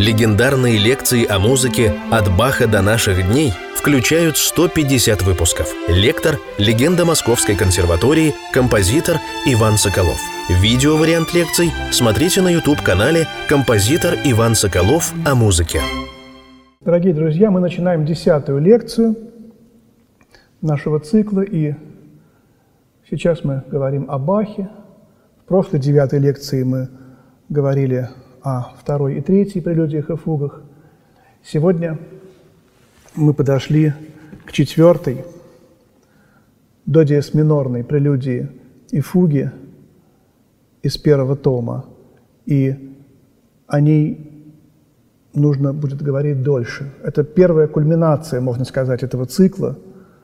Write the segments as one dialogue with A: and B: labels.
A: Легендарные лекции о музыке «От Баха до наших дней» включают 150 выпусков. Лектор – легенда Московской консерватории, композитор Иван Соколов. Видеовариант лекций смотрите на YouTube-канале «Композитор Иван Соколов о музыке».
B: Дорогие друзья, мы начинаем 10-ю лекцию нашего цикла, и сейчас мы говорим о Бахе. В прошлой 9-й лекции мы говорили о 2-й и 3-й прелюдиях и фугах. Сегодня мы подошли к 4-й, до диез минорной прелюдии и фуги из 1-го тома, и о ней нужно будет говорить дольше. Это первая кульминация, можно сказать, этого цикла.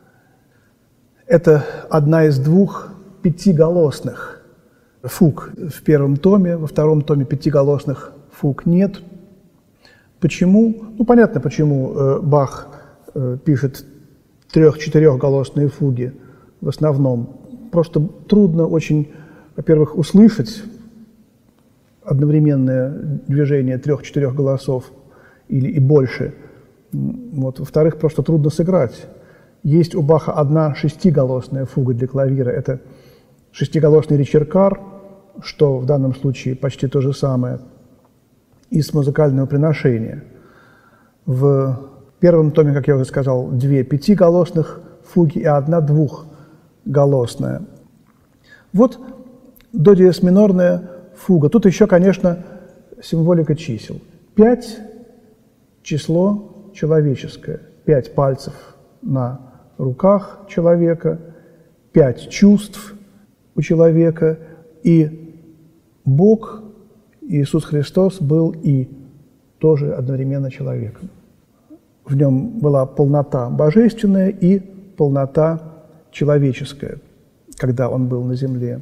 B: Это одна из 2 пятиголосных фуг в 1-м томе, во 2-м томе пятиголосных фуг нет. Почему? Ну, понятно, почему Бах пишет 3-4-голосные фуги в основном. Просто трудно очень, во-первых, услышать одновременное движение 3-4 голосов и больше. Вот. Во-вторых, просто трудно сыграть. Есть у Баха одна 6-голосная фуга для клавира. Это 6-голосный речеркар, что в данном случае почти то же самое, из музыкального приношения. В 1-м томе, как я уже сказал, 2 5-голосных фуги и одна 2-голосная. Вот до диез минорная фуга. Тут еще, конечно, символика чисел. 5 – число человеческое. 5 пальцев на руках человека, 5 чувств у человека, и Бог, Иисус Христос, был и тоже одновременно человеком. В нем была полнота божественная и полнота человеческая, когда он был на земле.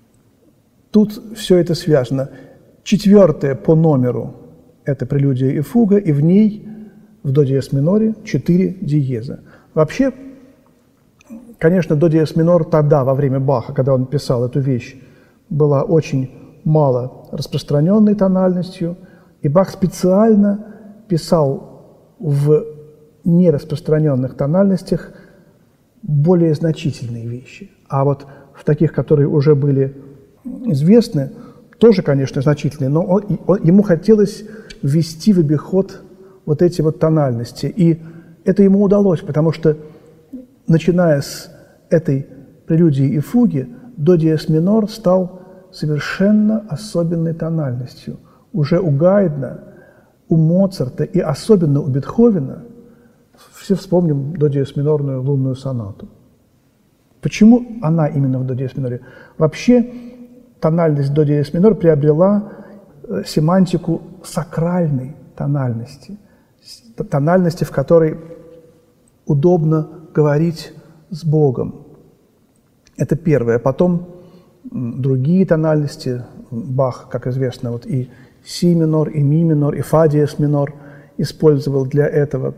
B: Тут все это связано. 4-я по номеру – это прелюдия и фуга, и в ней, в до диез миноре, 4 диеза. Вообще, конечно, до диез минор тогда, во время Баха, когда он писал эту вещь, была очень мало распространенной тональностью, и Бах специально писал в нераспространенных тональностях более значительные вещи. А вот в таких, которые уже были известны, тоже, конечно, значительные, но ему хотелось ввести в обиход вот эти вот тональности. И это ему удалось, потому что, начиная с этой прелюдии и фуги, до диез минор стал совершенно особенной тональностью. Уже у Гайдна, у Моцарта и особенно у Бетховена, все вспомним до диез минорную лунную сонату. Почему она именно в до диез миноре? Вообще тональность до диез минор приобрела семантику сакральной тональности, тональности, в которой удобно говорить с Богом. Это первое. Потом другие тональности. Бах, как известно, вот и си минор, и ми минор, и фа диез минор использовал для этого.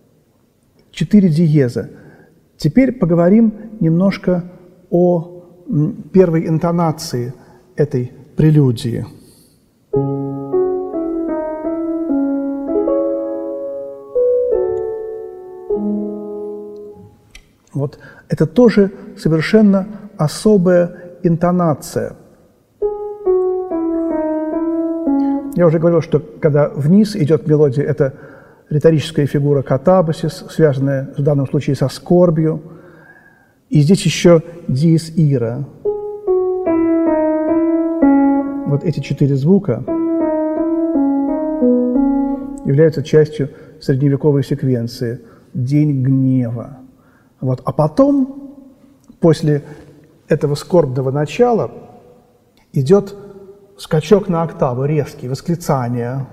B: 4 диеза. Теперь поговорим немножко о первой интонации этой прелюдии. Вот это тоже совершенно особая интонация. Я уже говорил, что когда вниз идет мелодия, это риторическая фигура катабасис, связанная в данном случае со скорбью. И здесь еще диез ира. Вот эти 4 звука являются частью средневековой секвенции «День гнева». Вот. А потом, после этого скорбного начала, идет скачок на октаву, резкий, восклицание,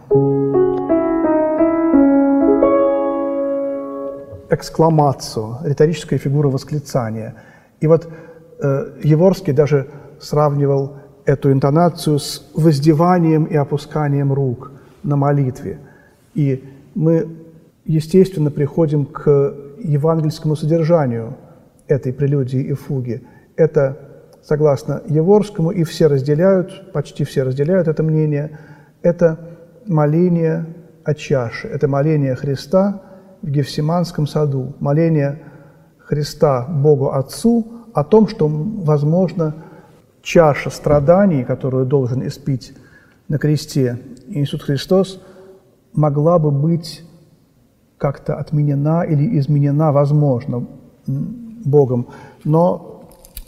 B: экскламацию, риторическая фигура восклицания. И вот Яворский даже сравнивал эту интонацию с воздеванием и опусканием рук на молитве. И мы, естественно, приходим к евангельскому содержанию этой прелюдии и фуги. Это, согласно Яворскому, и все разделяют, почти все разделяют это мнение, это моление о чаше. Это моление Христа в Гефсиманском саду, моление Христа Богу Отцу о том, что, возможно, чаша страданий, которую должен испить на кресте Иисус Христос, могла бы быть как-то отменена или изменена, возможно, Богом. Но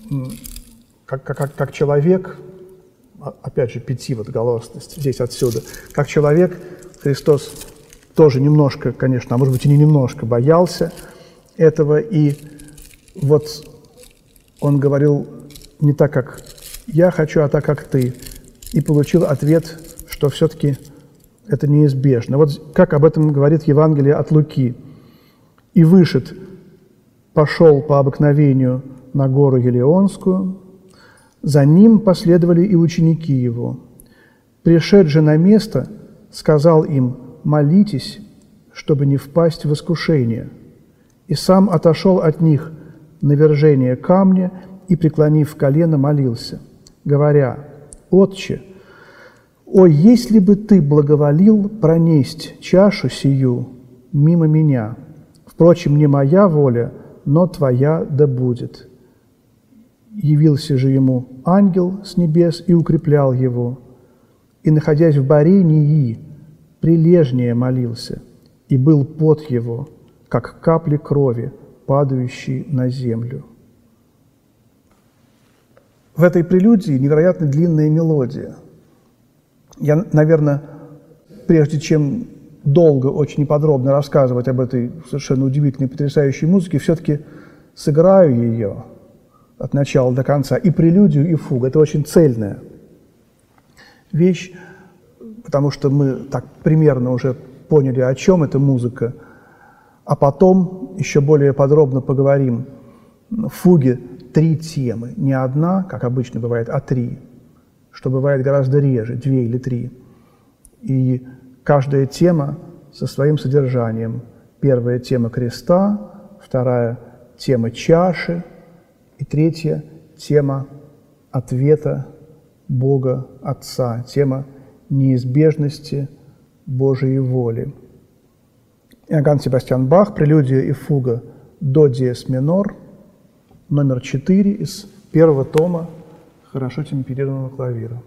B: как человек, опять же, пятивотголосность здесь отсюда, как человек Христос тоже немножко, конечно, а может быть и не немножко, боялся этого, и вот он говорил не так, как я хочу, а так, как ты, и получил ответ, что все-таки это неизбежно. Вот как об этом говорит Евангелие от Луки. «И вышед, пошел по обыкновению на гору Елеонскую, за ним последовали и ученики его. Пришед же на место, сказал им: молитесь, чтобы не впасть в искушение. И сам отошел от них на вержение камня и, преклонив колено, молился, говоря: Отче, о, если бы ты благоволил пронесть чашу сию мимо меня, впрочем, не моя воля, но твоя да будет. Явился же ему ангел с небес и укреплял его, и, находясь в борении, прилежнее молился, и был пот его, как капли крови, падающие на землю». В этой прелюдии невероятно длинная мелодия. Я, наверное, прежде чем долго, очень неподробно рассказывать об этой совершенно удивительной, потрясающей музыке, все-таки сыграю ее от начала до конца, и прелюдию, и фугу. Это очень цельная вещь, потому что мы так примерно уже поняли, о чем эта музыка, а потом еще более подробно поговорим. В фуге 3 темы, не одна, как обычно бывает, а 3, что бывает гораздо реже, 2 или 3. И каждая тема со своим содержанием. Первая тема креста, вторая тема чаши, и третья тема ответа Бога Отца, тема неизбежности Божией воли. Иоганн Себастьян Бах, прелюдия и фуга до диез минор, номер 4 из первого тома хорошо темперированного клавира.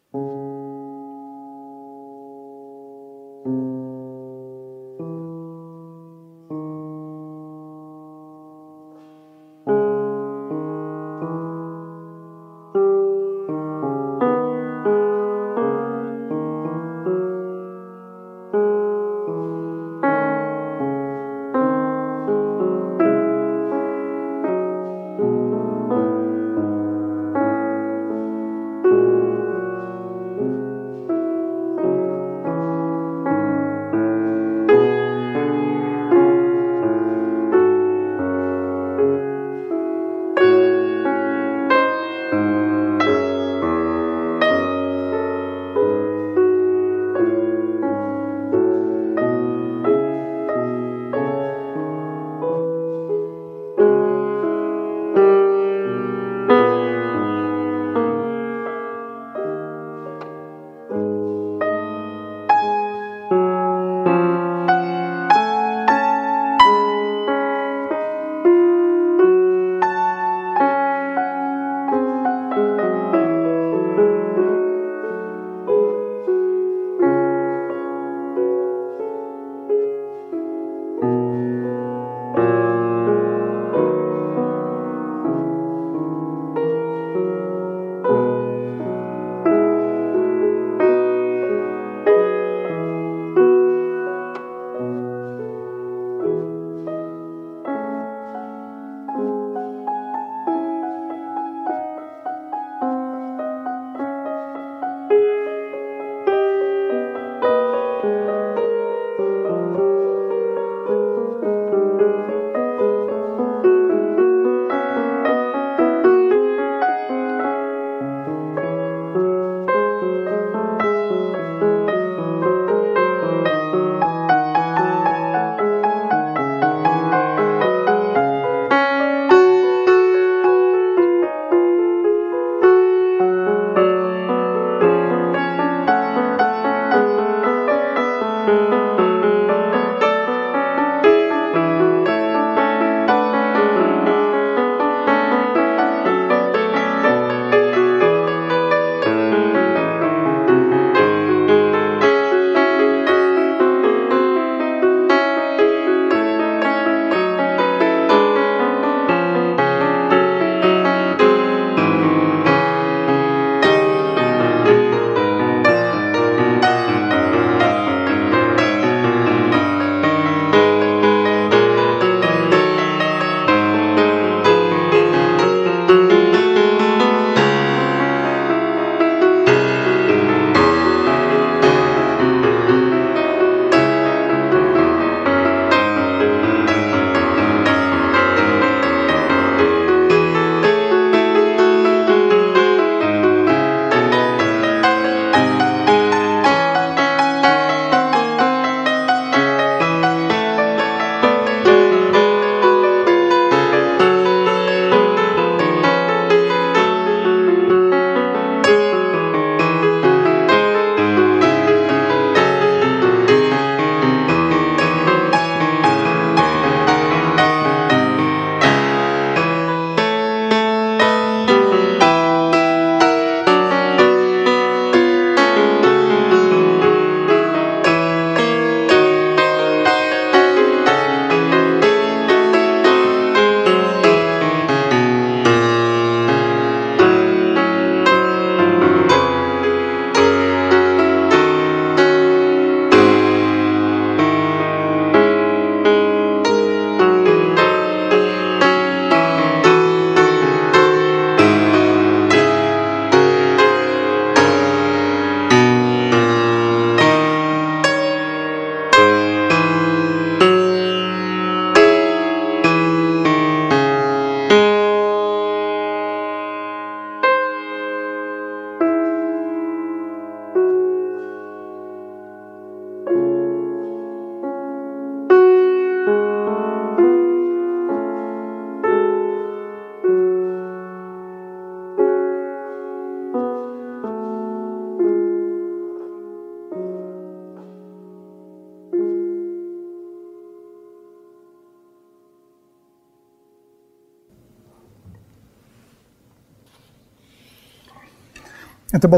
B: Это была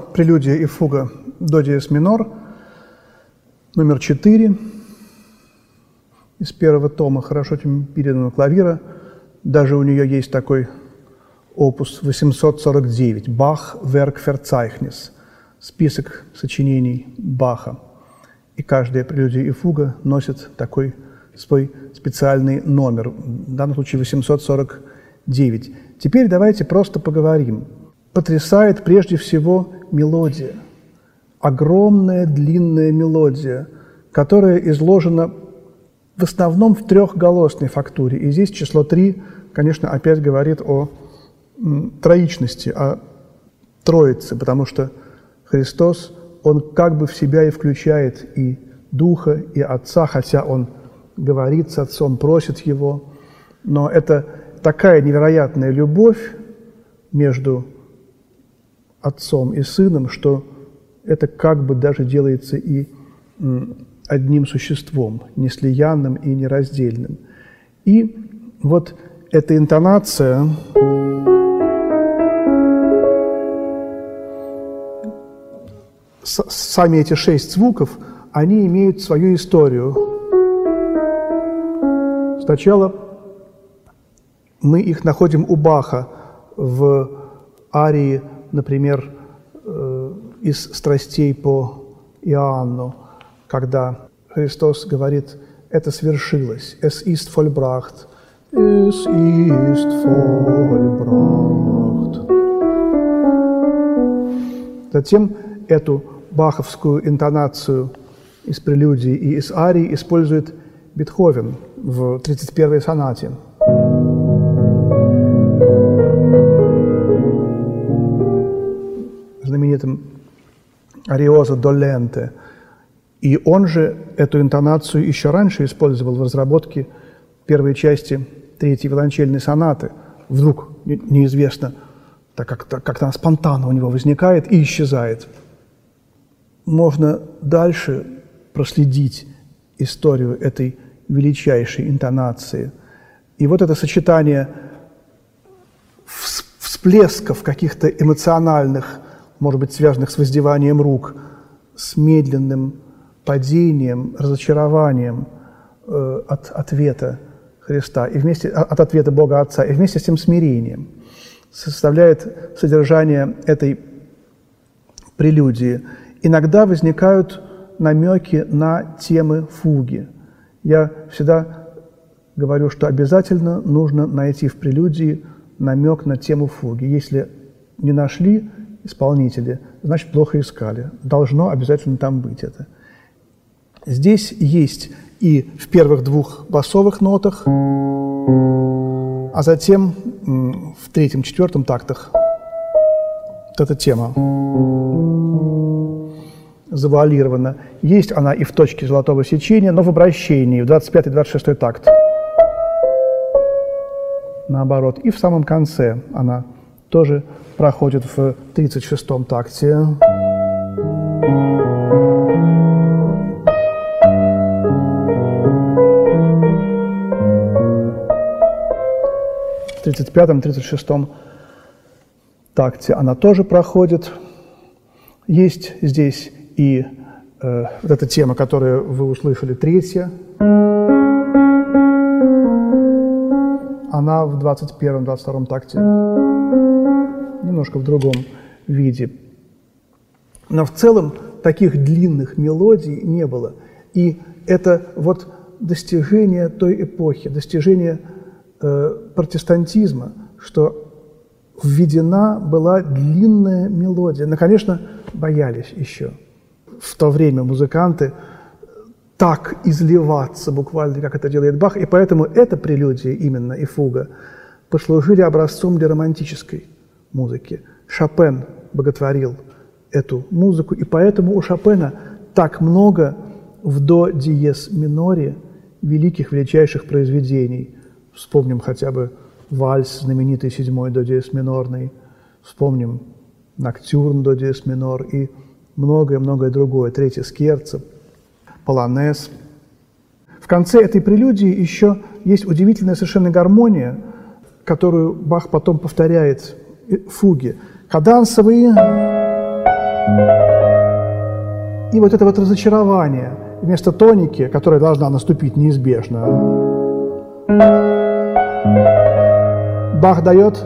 B: прелюдия и фуга до диез минор, номер 4 из первого тома хорошо переданного клавира. Даже у нее есть такой опус 849, Бах Werkverzeichnis, список сочинений Баха. И каждая прелюдия и фуга носит такой свой специальный номер, в данном случае 849. Теперь давайте просто поговорим. Потрясает прежде всего мелодия. Огромная длинная мелодия, которая изложена в основном в трехголосной фактуре. И здесь число 3, конечно, опять говорит о троичности, о Троице, потому что Христос, Он как бы в себя и включает и Духа, и Отца, хотя Он говорит с Отцом, просит Его. Но это такая невероятная любовь между Отцом и Сыном, что это как бы даже делается и одним существом, неслиянным и нераздельным. И вот эта интонация сами эти 6 звуков, они имеют свою историю. Сначала мы их находим у Баха в арии, например, из «Страстей по Иоанну», когда Христос говорит: «Это свершилось». «Es ist vollbracht». «Es ist vollbracht». Затем эту баховскую интонацию из прелюдии и из арии использует Бетховен в 31-й сонате. Знаменитым «Ариозо долленте». И он же эту интонацию еще раньше использовал в разработке первой части третьей виолончельной сонаты. Вдруг, неизвестно, так как она спонтанно у него возникает и исчезает. Можно дальше проследить историю этой величайшей интонации. И вот это сочетание всплесков каких-то эмоциональных, может быть, связанных с воздеванием рук, с медленным падением, разочарованием от ответа Христа, и вместе от ответа Бога Отца, и вместе с тем смирением составляет содержание этой прелюдии. Иногда возникают намеки на темы фуги. Я всегда говорю, что обязательно нужно найти в прелюдии намек на тему фуги. Если не нашли исполнители, значит, плохо искали. Должно обязательно там быть это. Здесь есть и в первых 2 басовых нотах, а затем в 3-4 тактах вот эта тема завуалирована. Есть она и в точке золотого сечения, но в обращении, в 25-26 такт. Наоборот. И в самом конце она тоже проходит в 36-м такте. В 35-м, 36-м такте она тоже проходит. Есть здесь и вот эта тема, которую вы услышали, 3-я. Она в 21-м, 22-м такте немножко в другом виде. Но в целом таких длинных мелодий не было. И это вот достижение той эпохи, достижение протестантизма, что введена была длинная мелодия. Но, конечно, боялись еще в то время музыканты так изливаться буквально, как это делает Бах, и поэтому эта прелюдия именно и фуга послужили образцом для романтической музыки. Шопен боготворил эту музыку, и поэтому у Шопена так много в до диез миноре величайших произведений. Вспомним хотя бы вальс, знаменитый 7-й до диез минорный, вспомним ноктюрн до диез минор и многое-многое другое, 3-й скерцо, полонез. В конце этой прелюдии еще есть удивительная совершенно гармония, которую Бах потом повторяет в фуге. Кадансовые И вот это вот разочарование вместо тоники, которая должна наступить неизбежно, Бах дает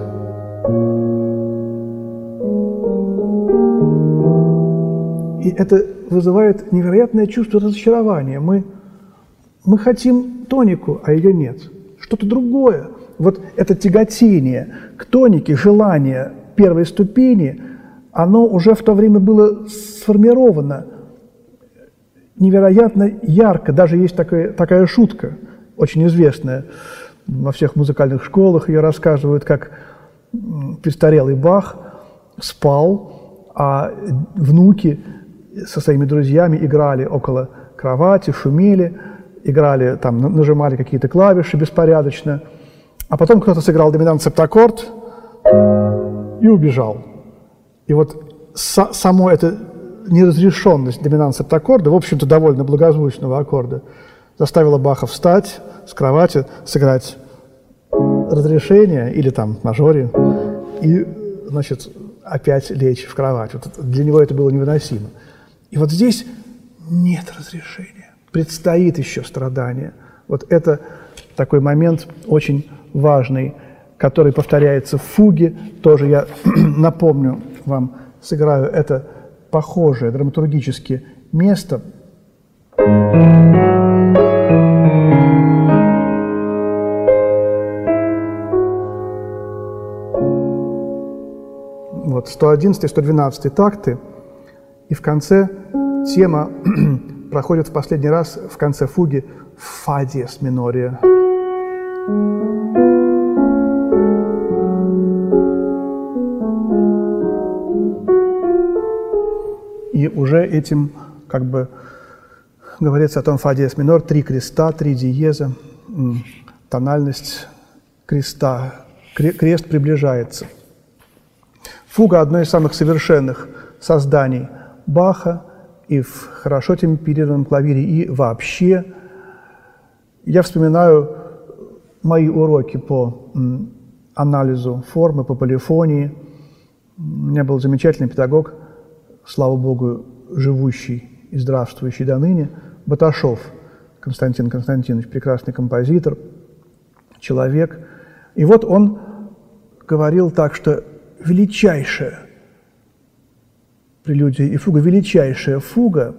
B: и это вызывает невероятное чувство разочарования. Мы хотим тонику, а ее нет. Что-то другое. Вот это тяготение к тонике, желание первой ступени, оно уже в то время было сформировано невероятно ярко. Даже есть такая шутка, очень известная. Во всех музыкальных школах ее рассказывают, как престарелый Бах спал, а внуки со своими друзьями играли около кровати, шумели, играли, там, нажимали какие-то клавиши беспорядочно. А потом кто-то сыграл доминант-септаккорд и убежал. И вот само это неразрешенность доминант-септаккорда, в общем-то, довольно благозвучного аккорда, заставила Баха встать с кровати, сыграть разрешение или там мажоре и, значит, опять лечь в кровать. Вот для него это было невыносимо. И вот здесь нет разрешения. Предстоит еще страдание. Вот это такой момент очень важный, который повторяется в фуге. Тоже я напомню вам, сыграю это похожее драматургически место. Вот 111 и 112 такты, и в конце тема проходит в последний раз в конце фуги в фа диез миноре. И уже этим как бы говорится о том, фа диез минор, 3 креста, 3 диеза, тональность креста, крест приближается. Фуга – одно из самых совершенных созданий Баха и в хорошо темперированном клавире, и вообще. Я вспоминаю мои уроки по анализу формы, по полифонии. У меня был замечательный педагог, слава Богу, живущий и здравствующий до ныне, Баташов Константин Константинович, прекрасный композитор, человек. И вот он говорил так, что величайшая прелюдия и фуга, величайшая фуга,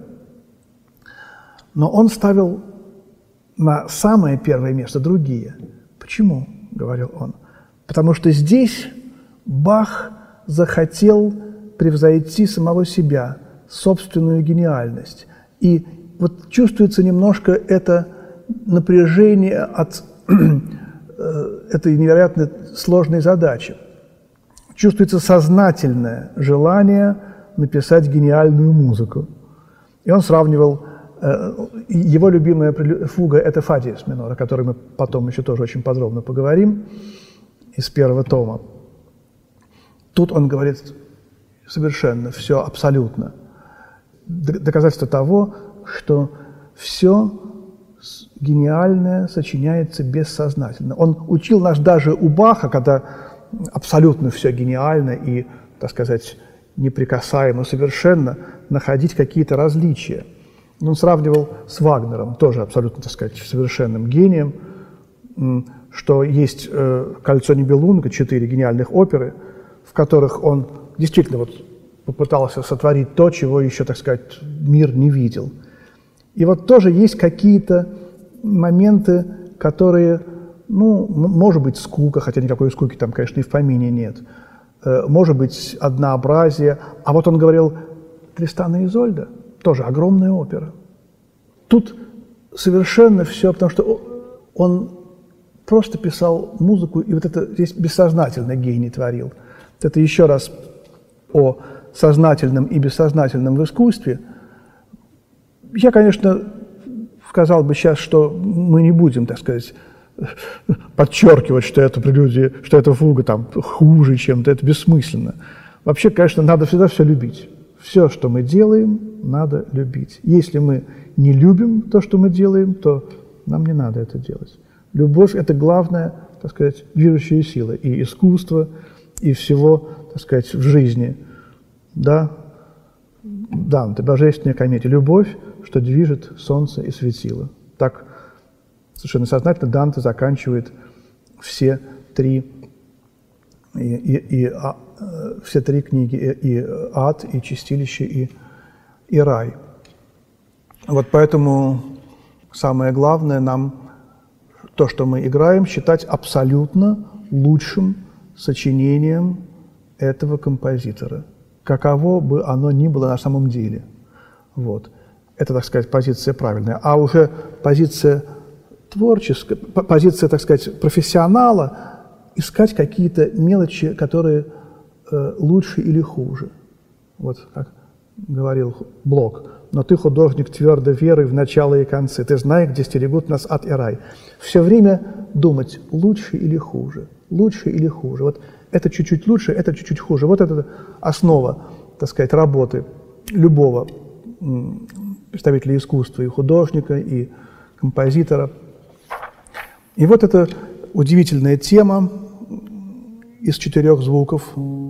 B: но он ставил на самое первое место другие. Почему? – говорил он. Потому что здесь Бах захотел превзойти самого себя, собственную гениальность. И вот чувствуется немножко это напряжение от этой невероятно сложной задачи. Чувствуется сознательное желание написать гениальную музыку. И он сравнивал, его любимая фуга – это фа диез минор, о которой мы потом еще тоже очень подробно поговорим, из первого тома. Тут он говорит совершенно все, абсолютно. Доказательство того, что все гениальное сочиняется бессознательно. Он учил нас даже у Баха, когда абсолютно все гениально и, так сказать, неприкасаемо совершенно, находить какие-то различия. Он сравнивал с Вагнером, тоже абсолютно, так сказать, совершенным гением, что есть «Кольцо Нибелунга», 4 гениальных оперы, в которых он действительно вот попытался сотворить то, чего еще, так сказать, мир не видел. И вот тоже есть какие-то моменты, которые, ну, может быть, скука, хотя никакой скуки там, конечно, и в помине нет. Может быть, однообразие. А вот он говорил, Тристан и Изольда, тоже огромная опера. Тут совершенно все, потому что он просто писал музыку, и вот это здесь бессознательно гений творил. Это еще раз о сознательном и бессознательном в искусстве. Я, конечно, сказал бы сейчас, что мы не будем, так сказать, подчеркивать, что это прелюдия, что это фуга там хуже чем-то, это бессмысленно. Вообще, конечно, надо всегда все любить. Все, что мы делаем, надо любить. Если мы не любим то, что мы делаем, то нам не надо это делать. Любовь – это главная, так сказать, движущая сила и искусства, и всего, так сказать, в жизни. Да? Данте, божественная комедия, любовь, что движет солнце и светило. Так совершенно сознательно Данте заканчивает все три книги, и ад, и чистилище, и рай. Вот поэтому самое главное нам то, что мы играем, считать абсолютно лучшим сочинением этого композитора, каково бы оно ни было на самом деле. Вот. Это, так сказать, позиция правильная. А уже позиция творческая, позиция, так сказать, профессионала – искать какие-то мелочи, которые лучше или хуже. Вот как говорил Блок. «Но ты, художник, твердо веры в начало и концы. Ты знаешь, где стерегут нас ад и рай». Все время думать, лучше или хуже, лучше или хуже. Вот это чуть-чуть лучше, это чуть-чуть хуже. Вот это основа, так сказать, работы любого представителя искусства, и художника, и композитора. И вот эта удивительная тема из 4 звуков.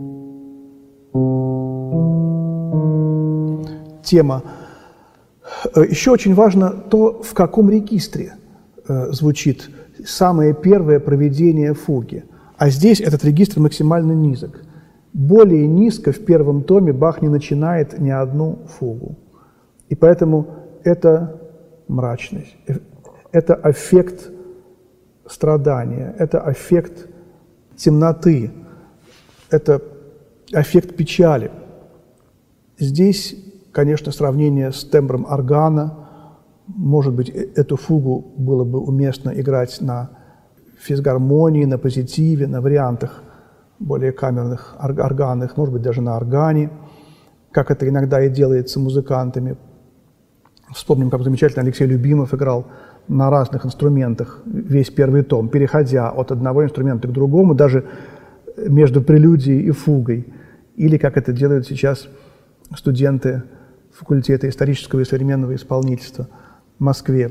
B: Тема. Еще очень важно то, в каком регистре звучит самое первое проведение фуги. А здесь этот регистр максимально низок. Более низко в первом томе Бах не начинает ни одну фугу. И поэтому это мрачность, это аффект страдания, это аффект темноты, это аффект печали. Здесь, конечно, сравнение с тембром органа, может быть, эту фугу было бы уместно играть на физгармонии, на позитиве, на вариантах более камерных, органных, может быть, даже на органе, как это иногда и делается музыкантами. Вспомним, как замечательно Алексей Любимов играл на разных инструментах весь первый том, переходя от одного инструмента к другому, даже между прелюдией и фугой. Или как это делают сейчас студенты факультета исторического и современного исполнительства в Москве,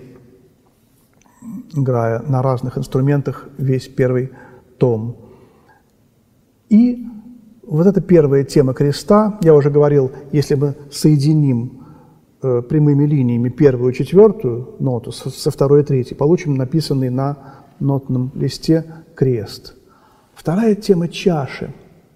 B: играя на разных инструментах весь первый том. И вот эта первая тема креста, я уже говорил, если мы соединим прямыми линиями первую и четвертую ноту со второй и третьей, получим написанный на нотном листе крест. Вторая тема – чаши.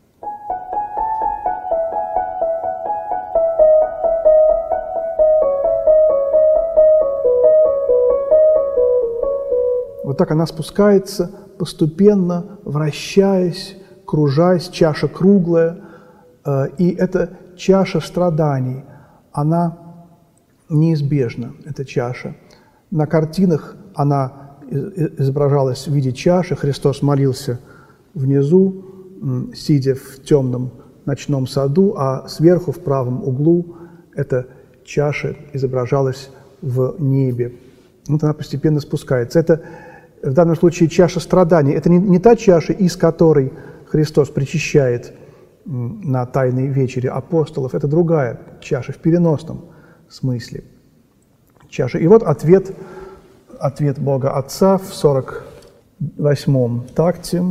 B: Вот так она спускается, постепенно вращаясь, кружась, чаша круглая, и эта чаша страданий, она неизбежна, эта чаша. На картинах она изображалась в виде чаши, Христос молился внизу, сидя в темном ночном саду, а сверху в правом углу эта чаша изображалась в небе. Вот она постепенно спускается. Это в данном случае чаша страданий. Это не та чаша, из которой Христос причащает на Тайной вечере апостолов. Это другая чаша в переносном смысле. Чаша. И вот ответ Бога Отца в 48-м такте.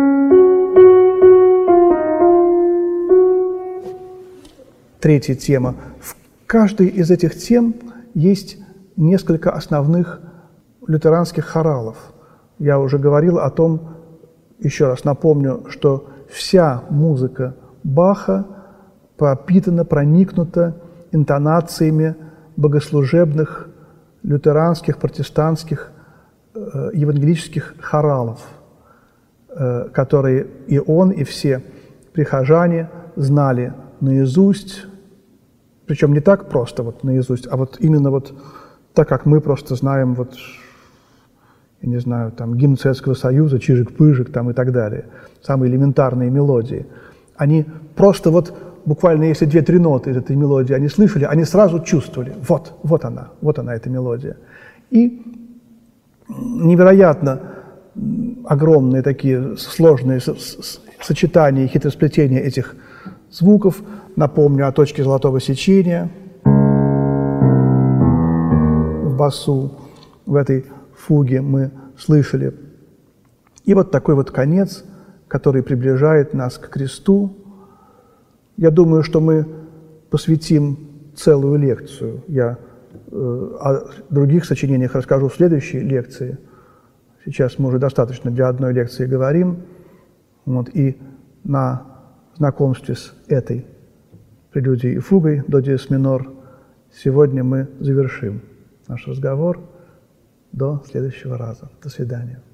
B: Третья тема. В каждой из этих тем есть несколько основных лютеранских хоралов. Я уже говорил о том, еще раз напомню, что вся музыка Баха пропитана, проникнута интонациями богослужебных, лютеранских, протестантских, евангелических хоралов, которые и он, и все прихожане знали наизусть, причем не так просто вот наизусть, а вот именно вот так, как мы просто знаем, вот, я не знаю, там, гимн Советского Союза, Чижик-Пыжик там, и так далее, самые элементарные мелодии. Они просто вот, буквально если 2-3 ноты из этой мелодии они слышали, они сразу чувствовали, вот она эта мелодия. И невероятно огромные такие сложные сочетания, хитросплетения этих звуков. Напомню о точке золотого сечения в басу, в этой фуге мы слышали. И вот такой вот конец, который приближает нас к кресту. Я думаю, что мы посвятим целую лекцию. Я о других сочинениях расскажу в следующей лекции. Сейчас мы уже достаточно для одной лекции говорим. Вот, и на знакомстве с этой прелюдией и фугой до диез минор сегодня мы завершим наш разговор. До следующего раза. До свидания.